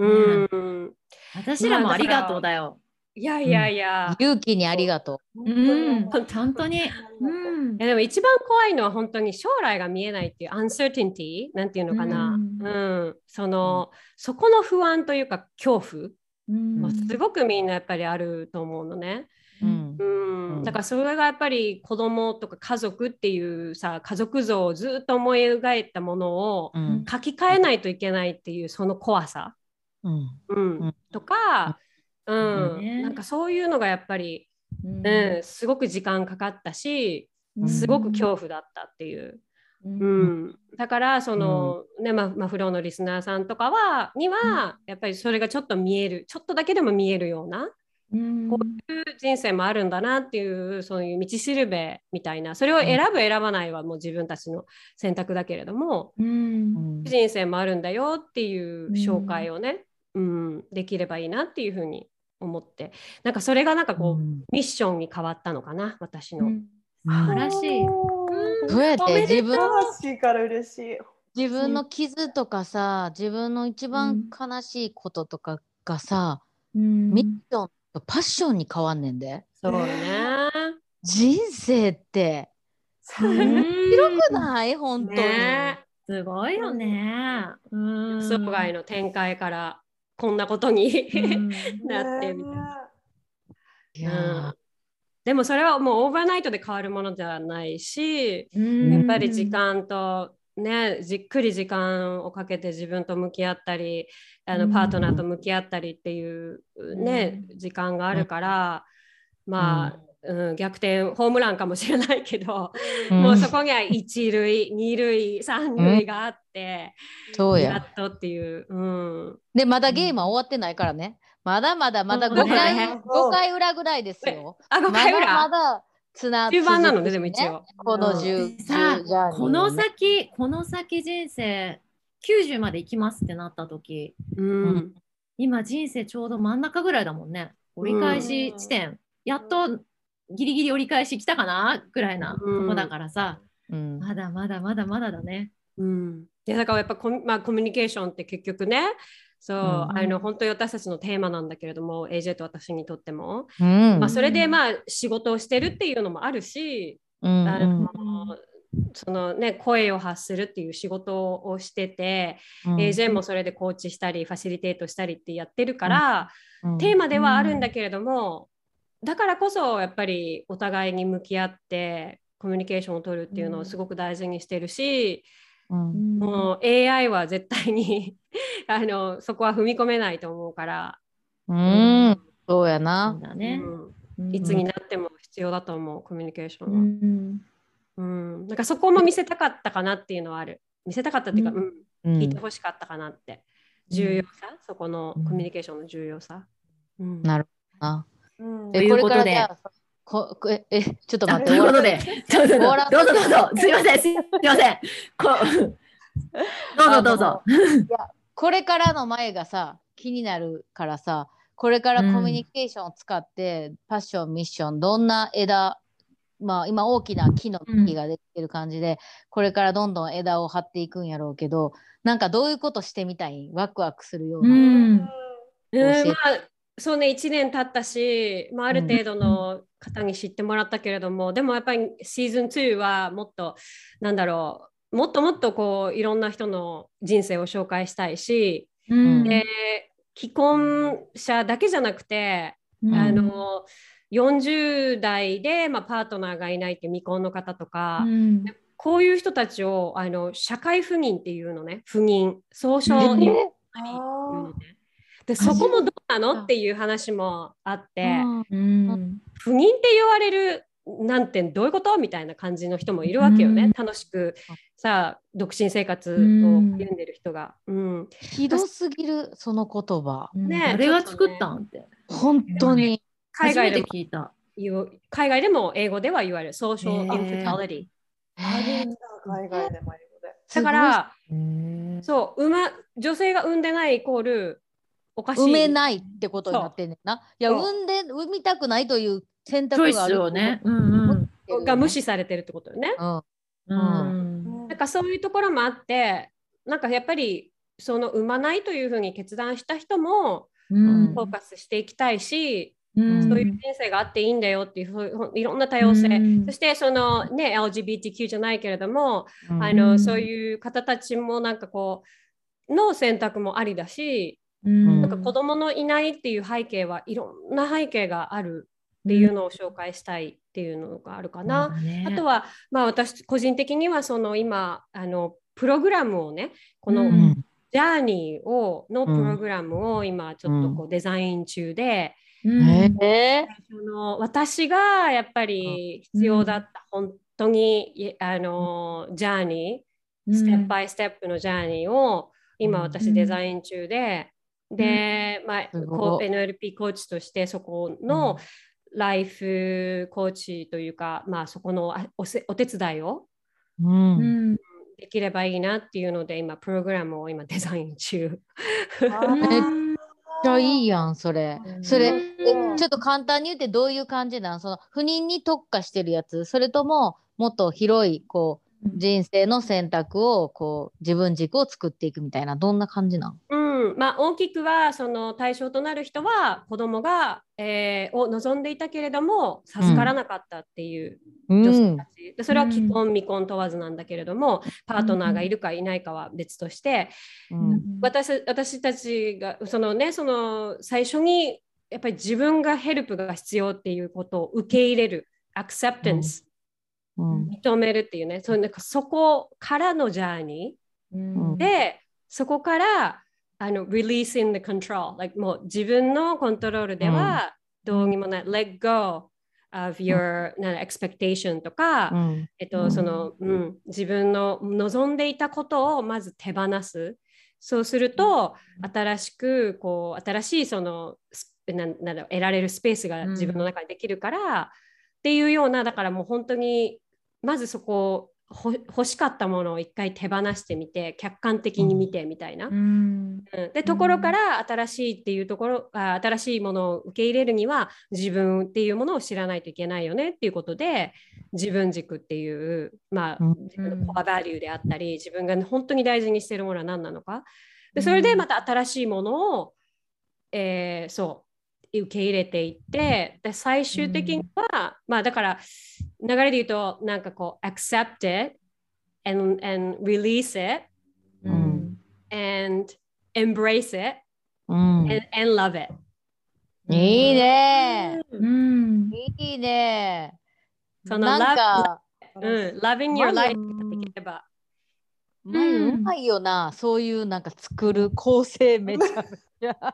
私らもありがとうだよ。 いやいやいや、 勇気にありがとう。 本当に。 でも一番怖いのは本当に将来が見えないっていうuncertaintyなんていうのかな、そこの不安というか恐怖、すごくみんなやっぱりあると思うのね。だからそれがやっぱり子供とか家族っていうさ、家族像をずっと思い描いたものを書き換えないといけないっていうその怖さ、とか、なんかそういうのがやっぱり、すごく時間かかったし、すごく恐怖だったっていう。だからその、マフローのリスナーさんとかにはやっぱりそれがちょっと見える、ちょっとだけでも見えるような、こういう人生もあるんだなっていう、そういう道しるべみたいな、それを選ぶ選ばないはもう自分たちの選択だけれども、人生もあるんだよっていう紹介をね、できればいいなっていうふうに思って、なんかそれがなんかこう、ミッションに変わったのかな、私の。 素晴らしい。 そうやって自分の傷とかさ、自分の一番悲しいこととかがさ、ミッションとパッションに変わんねんで。 そうね。 人生って広くない？本当に、 すごいよね。 予想外の展開からこんなことになってみたいな。でもそれはもうオーバーナイトで変わるものではないし、やっぱり時間とね、じっくり時間をかけて自分と向き合ったり、パートナーと向き合ったりっていうね、時間があるから、まあ、逆転ホームランかもしれないけど、もうそこには1塁2塁3塁があって、やっとっていう、 でまだゲームは終わってないからね、まだ5回裏ぐらいですよ。 5回裏まだ中盤なのね、でも一応この10 この先人生90まで行きますってなった時、今人生ちょうど真ん中ぐらいだもんね。折り返し地点、やっとギリギリ折り返し来たかなぐらいなとこだからさ、まだまだだね。 でだからやっぱコミュニケーションって結局ね、そう本当に私たちのテーマなんだけれども、 AJ と私にとっても、それで仕事をしてるっていうのもあるし、そのね、声を発するっていう仕事をしてて、AJ もそれでコーチしたりファシリテートしたりってやってるから、テーマではあるんだけれども、だからこそやっぱりお互いに向き合ってコミュニケーションを取るっていうのをすごく大事にしてるし、もう AI は絶対にそこは踏み込めないと思うから、 そうやな、 いつになっても必要だと思う、コミュニケーションは。なんかそこも見せたかったかなっていうのはある。見せたかったっていうか、聞いてほしかったかなって。重要さ、そこのコミュニケーションの重要さ。 なるほどな。 ということで、 ちょっと待って。 ということで、どうぞ。すいません。どうぞ。 いや、これからの前がさ、気になるからさ、これからコミュニケーションを使って、パッション、ミッション、どんな枝、今大きな木の木ができてる感じで、これからどんどん枝を張っていくんやろうけど、なんかどういうことしてみたい？ワクワクするような。 そうね、1年経ったし、まあ、ある程度の方に知ってもらったけれども、でもやっぱりシーズン2はもっと、なんだろう、もっともっとこういろんな人の人生を紹介したいし、で、既婚者だけじゃなくて、40代で、まあ、パートナーがいないって未婚の方とか、こういう人たちを社会不妊っていうのね、不妊、ソーシャルっていうのね。で、そこもどうなのっていう話もあって、不妊って言われるなんてどういうことみたいな感じの人もいるわけよね。楽しくさ、独身生活を歩んでる人が。 ひどすぎる、その言葉。 ね、誰が作ったんって。 本当に。 初めて聞いた。 海外でも英語では言われる。ソーシャルインフィタリティ。 あるんだ、海外でも英語で。 だから、そう、女性が産んでないイコール、おかしい。 産めないってことになってんねんな。いや、産みたくないという選択があるをね、 が無視されてるってことよね。なんかそういうところもあって、なんかやっぱりその産まないというふうに決断した人もフォーカスしていきたいし、そういう人生があっていいんだよっていういろんな多様性、そしてそのね LGBTQ じゃないけれども、そういう方たちもなんかこうの選択もありだし、なんか子供のいないっていう背景はいろんな背景があるっていうのを紹介したいっていうのがあるかな。あとは、まあ、私個人的にはその今プログラムをね、このジャーニーのプログラムを今ちょっとこうデザイン中で、私がやっぱり必要だった本当にジャーニー、ステップバイステップのジャーニーを今私デザイン中で、まあ、NLP コーチとしてそこのライフコーチというか、まあ、そこのお手伝いを、できればいいなっていうので今プログラムを今デザイン中。 めっちゃいいやん、それ。ちょっと簡単に言ってどういう感じなん？その不妊に特化してるやつ、それとももっと広いこう人生の選択をこう自分軸を作っていくみたいな、どんな感じなん？ まあ、大きくはその対象となる人は子供が、を望んでいたけれども授からなかったっていう女性たち、でそれは既婚未婚問わずなんだけれども、パートナーがいるかいないかは別として、私たちがその最初にやっぱり自分がヘルプが必要っていうことを受け入れるアクセプタンス、認めるっていうね、そこからのジャーニー、でそこからreleasing the control、like、もう自分のコントロールではどうにもない、let go of your expectation とか、自分の望んでいたことをまず手放す。そうすると新しいその得られるスペースが自分の中にできるから、っていうような、だからもう本当にまずそこを欲しかったものを一回手放してみて、客観的に見てみたいな、でところから新しいっていうところ、新しいものを受け入れるには自分っていうものを知らないといけないよねっていうことで、自分軸っていう、まあ、自分のコアバリューであったり、自分が本当に大事にしているものは何なのか、でそれでまた新しいものを、受け入れていって、で最終的には、まあだから流れで言うとなんかこう accept it and release it、and embrace it、and love it。 いいね。いいね。 そのなんか、 loving your life ができれば。 うまいよな、そういうなんか作る構成めちゃめちゃ。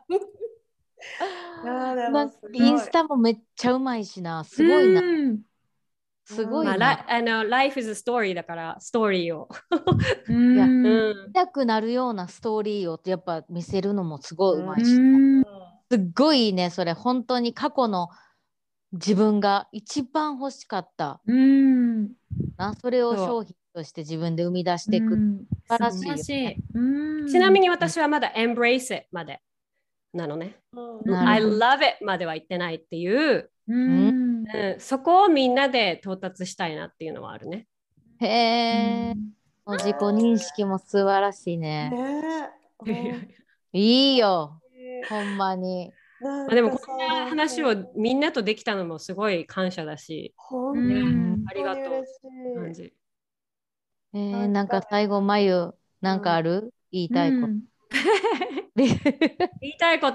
インスタもめっちゃうまいしな、すごいな。すごいな。 Life is a story だから、ストーリーを。 見たくなるようなストーリーをやっぱ見せるのもすごいうまいし。すっごいね、それ。本当に過去の自分が一番欲しかった。それを商品として自分で生み出していく。素晴らしいよね。 ちなみに私はまだ embrace it までなのね。I love it までは言ってないっていう、そこをみんなで到達したいなっていうのはあるね。 へえ、自己認識も素晴らしいね。いいよ、ほんまに。 なんでもかこんな話をみんなとできたのもすごい感謝だし、 本当にありがとう嬉しい。 感じ。 なんか最後、まゆ、なんかある、言いたいこと。 言いたいこと、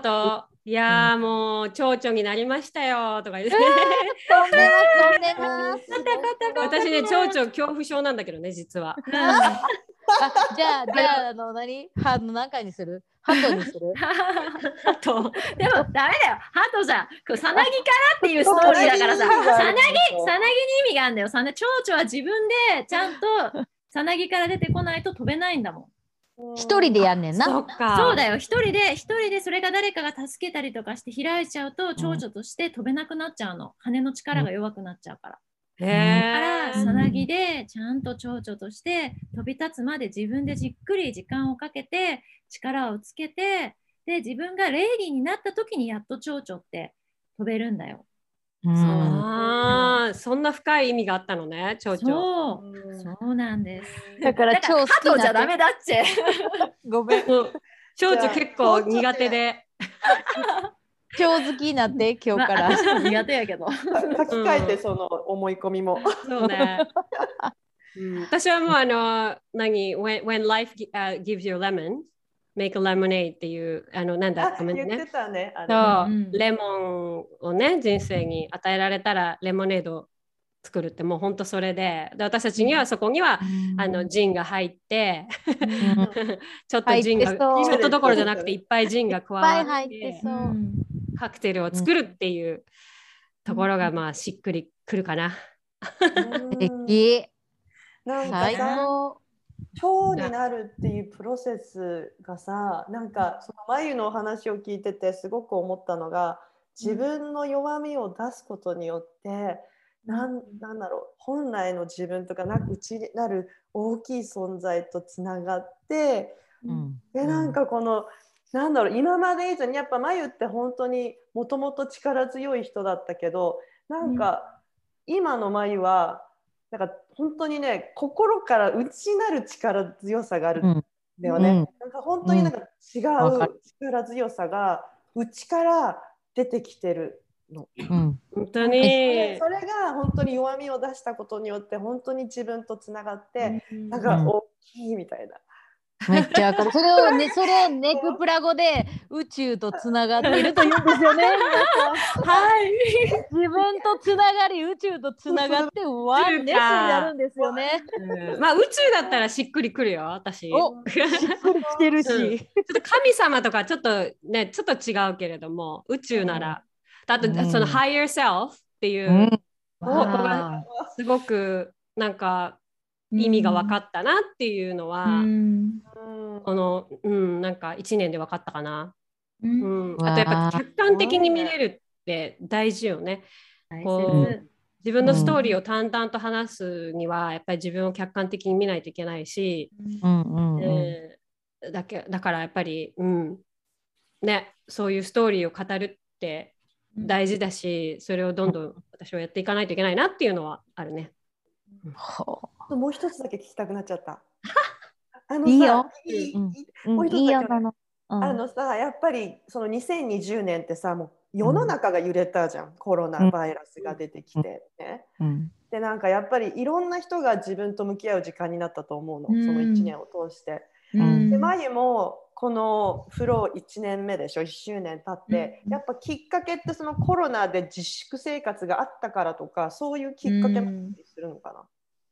いやーもう蝶々になりましたよとか言って、 飛んでます、飛んでます。 私ね、蝶々恐怖症なんだけどね、実は。 じゃあ、何にする？鳩にする？ あと、 でもダメだよ。ハトじゃん。さなぎからっていうストーリーだからさ。さなぎに意味があるんだよ。蝶々は自分でちゃんとさなぎから出てこないと飛べないんだもん。 一人でやんねんな。 そっか。 そうだよ。一人でそれが誰かが助けたりとかして開いちゃうと蝶々として飛べなくなっちゃうの。羽の力が弱くなっちゃうから。だからさなぎでちゃんと蝶々として飛び立つまで自分でじっくり時間をかけて力をつけて、で自分がレイリーになった時にやっと蝶々って飛べるんだよ。 そんな深い意味があったのね、蝶々。 そうなんです。 だから超好きハトじゃダメだっちゃ。 ごめん。 蝶々結構苦手で。 超好きになって今日から。 私も苦手やけど。 書き換えてその思い込みも。 そうね。私はもうwhen life gives you lemon, make a lemonade っていうなんだごめんね。 言ってたね。 レモンをね人生に与えられたらレモネード作るってもう本当それで、私たちにはそこにはジンが入ってちょっとジンがちょっとどころじゃなくていっぱいジンが加わってカクテルを作るっていうところがまあしっくりくるかな。 なんかさ、蝶になるっていうプロセスがさ、なんかその眉のお話を聞いててすごく思ったのが、自分の弱みを出すことによってなんだろう、本来の自分とか内なる大きい存在とつながって、でなんかこのなんだろう、今まで以上にやっぱ眉って本当にもともと力強い人だったけど、なんか今の眉はなんか本当にね、心から内なる力強さがあるんだよね。なんか本当になんか違う力強さが内から出てきてるの。 本当にそれが本当に弱みを出したことによって本当に自分とつながって、なんか大きいみたいな。 めっちゃ分かる。それをネクプラ語で宇宙とつながっていると言うんですよね。はい。自分とつながり宇宙とつながってワンネスになるんですよね。 まあ宇宙だったらしっくりくるよ私。しっくりきてるし、 ちょっと神様とかちょっとねちょっと違うけれども宇宙なら、あとその higher self っていう、ここがすごくなんか意味が分かったなっていうのは、この、なんか1年で分かったかな。あとやっぱ客観的に見れるって大事よね。自分のストーリーを淡々と話すにはやっぱり自分を客観的に見ないといけないし、だからやっぱり、ね、そういうストーリーを語るって大事だし、それをどんどん私はやっていかないといけないなっていうのはあるね。 もう一つだけ聞きたくなっちゃった。 いいよ。 もう一つだけ、さ、やっぱりその2020年ってさ、もう世の中が揺れたじゃん、コロナバイラスが出てきてね。でなんかやっぱりいろんな人が自分と向き合う時間になったと思うの、その1年を通して。でまゆもこのフロー1年目でしょ、1周年経って、やっぱきっかけってそのコロナで自粛生活があったからとか、そういうきっかけもあったりするのかな。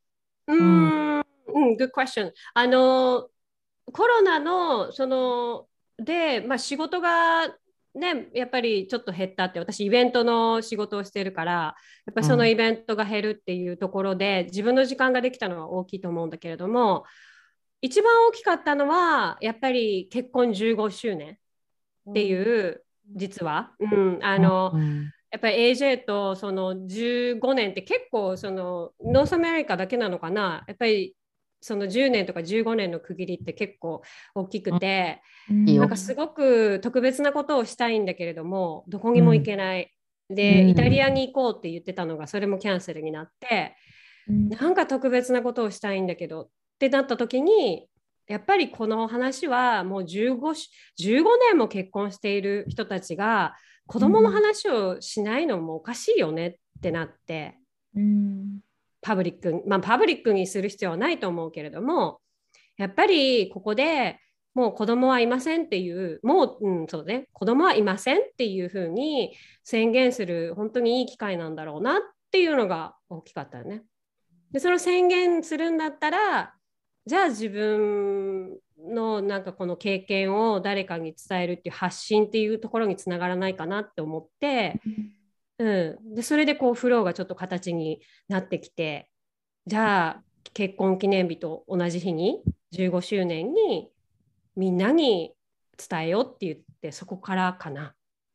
good question。コロナのそので、仕事がねやっぱりちょっと減ったって、私イベントの仕事をしてるからやっぱりそのイベントが減るっていうところで、自分の時間ができたのは大きいと思うんだけれども、一番大きかったのはやっぱり結婚15周年っていう、実は、やっぱり AJ とその15年って結構そのノースアメリカだけなのかな、やっぱりその10年とか15年の区切りって結構大きくて、なんかすごく特別なことをしたいんだけれどもどこにも行けない、でイタリアに行こうって言ってたのがそれもキャンセルになって、なんか特別なことをしたいんだけどってなった時に、やっぱりこの話はもう15年も結婚している人たちが子供の話をしないのもおかしいよねってなって、パブリックにする必要はないと思うけれども、やっぱりここでもう子供はいませんっていう、そうね、子供はいませんっていうふうに宣言する本当にいい機会なんだろうなっていうのが大きかったよね。で、その宣言するんだったら、じゃあ自分のなんかこの経験を誰かに伝えるっていう発信っていうところにつながらないかなって思って、でそれでこうフローがちょっと形になってきて、じゃあ結婚記念日と同じ日に15周年にみんなに伝えようって言って、そこからかな。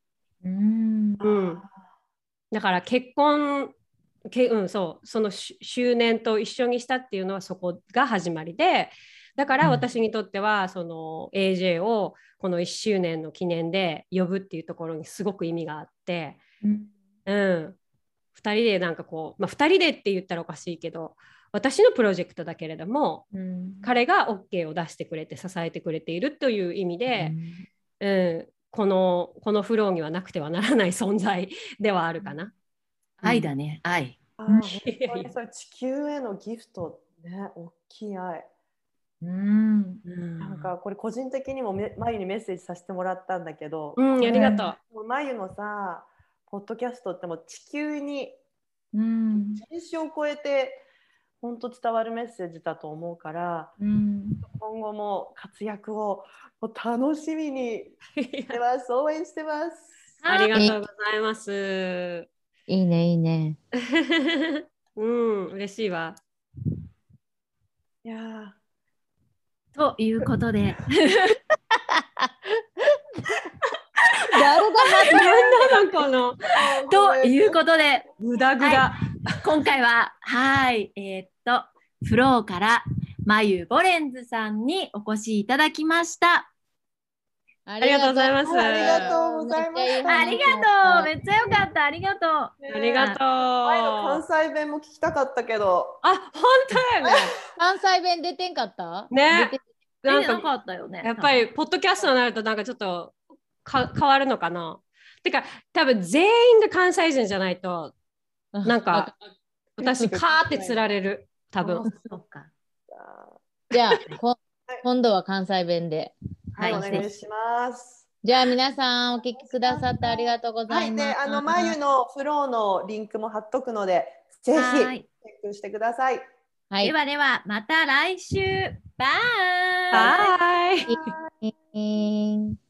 だから結婚その周年と一緒にしたっていうのはそこが始まりで、だから私にとってはその AJ をこの1周年の記念で呼ぶっていうところにすごく意味があって、2人でなんかこう、2人でって言ったらおかしいけど、私のプロジェクトだけれども、彼が OK を出してくれて支えてくれているという意味で、このフローにはなくてはならない存在ではあるかな。 愛だね、愛。 本当にそれ地球へのギフトね、大きい愛。なんかこれ個人的にもまゆにメッセージさせてもらったんだけど、 ありがとう。まゆのさ、ポッドキャストってもう地球に人種を超えて本当伝わるメッセージだと思うから、今後も活躍を楽しみにしてます。応援してます。 ありがとうございます。 いいね、いいね。 嬉しいわ。 いやということで。 誰がなんかな。 ということで、 グダグダ。 今回は、フローからまゆボレンズさんにお越しいただきました。 ありがとうございます。 ありがとうございました。 ありがとう。めっちゃよかった。ありがとう。 ありがとう。 前の関西弁も聞きたかったけど。 本当だよね。 関西弁出てんかったね。 なんかなかったよね。 やっぱりポッドキャストになるとなんかちょっと変わるのかな。てか多分全員が関西人じゃないとなんか私カーってつられる多分。 そうか。 じゃあ今度は関西弁で。 はい、お願いします。 じゃあ皆さんお聞きくださってありがとうございます。 はい、でまゆのフローのリンクも貼っとくので、ぜひチェックしてください。 はい、 ではではまた来週。バイ。 バイ。 バイ。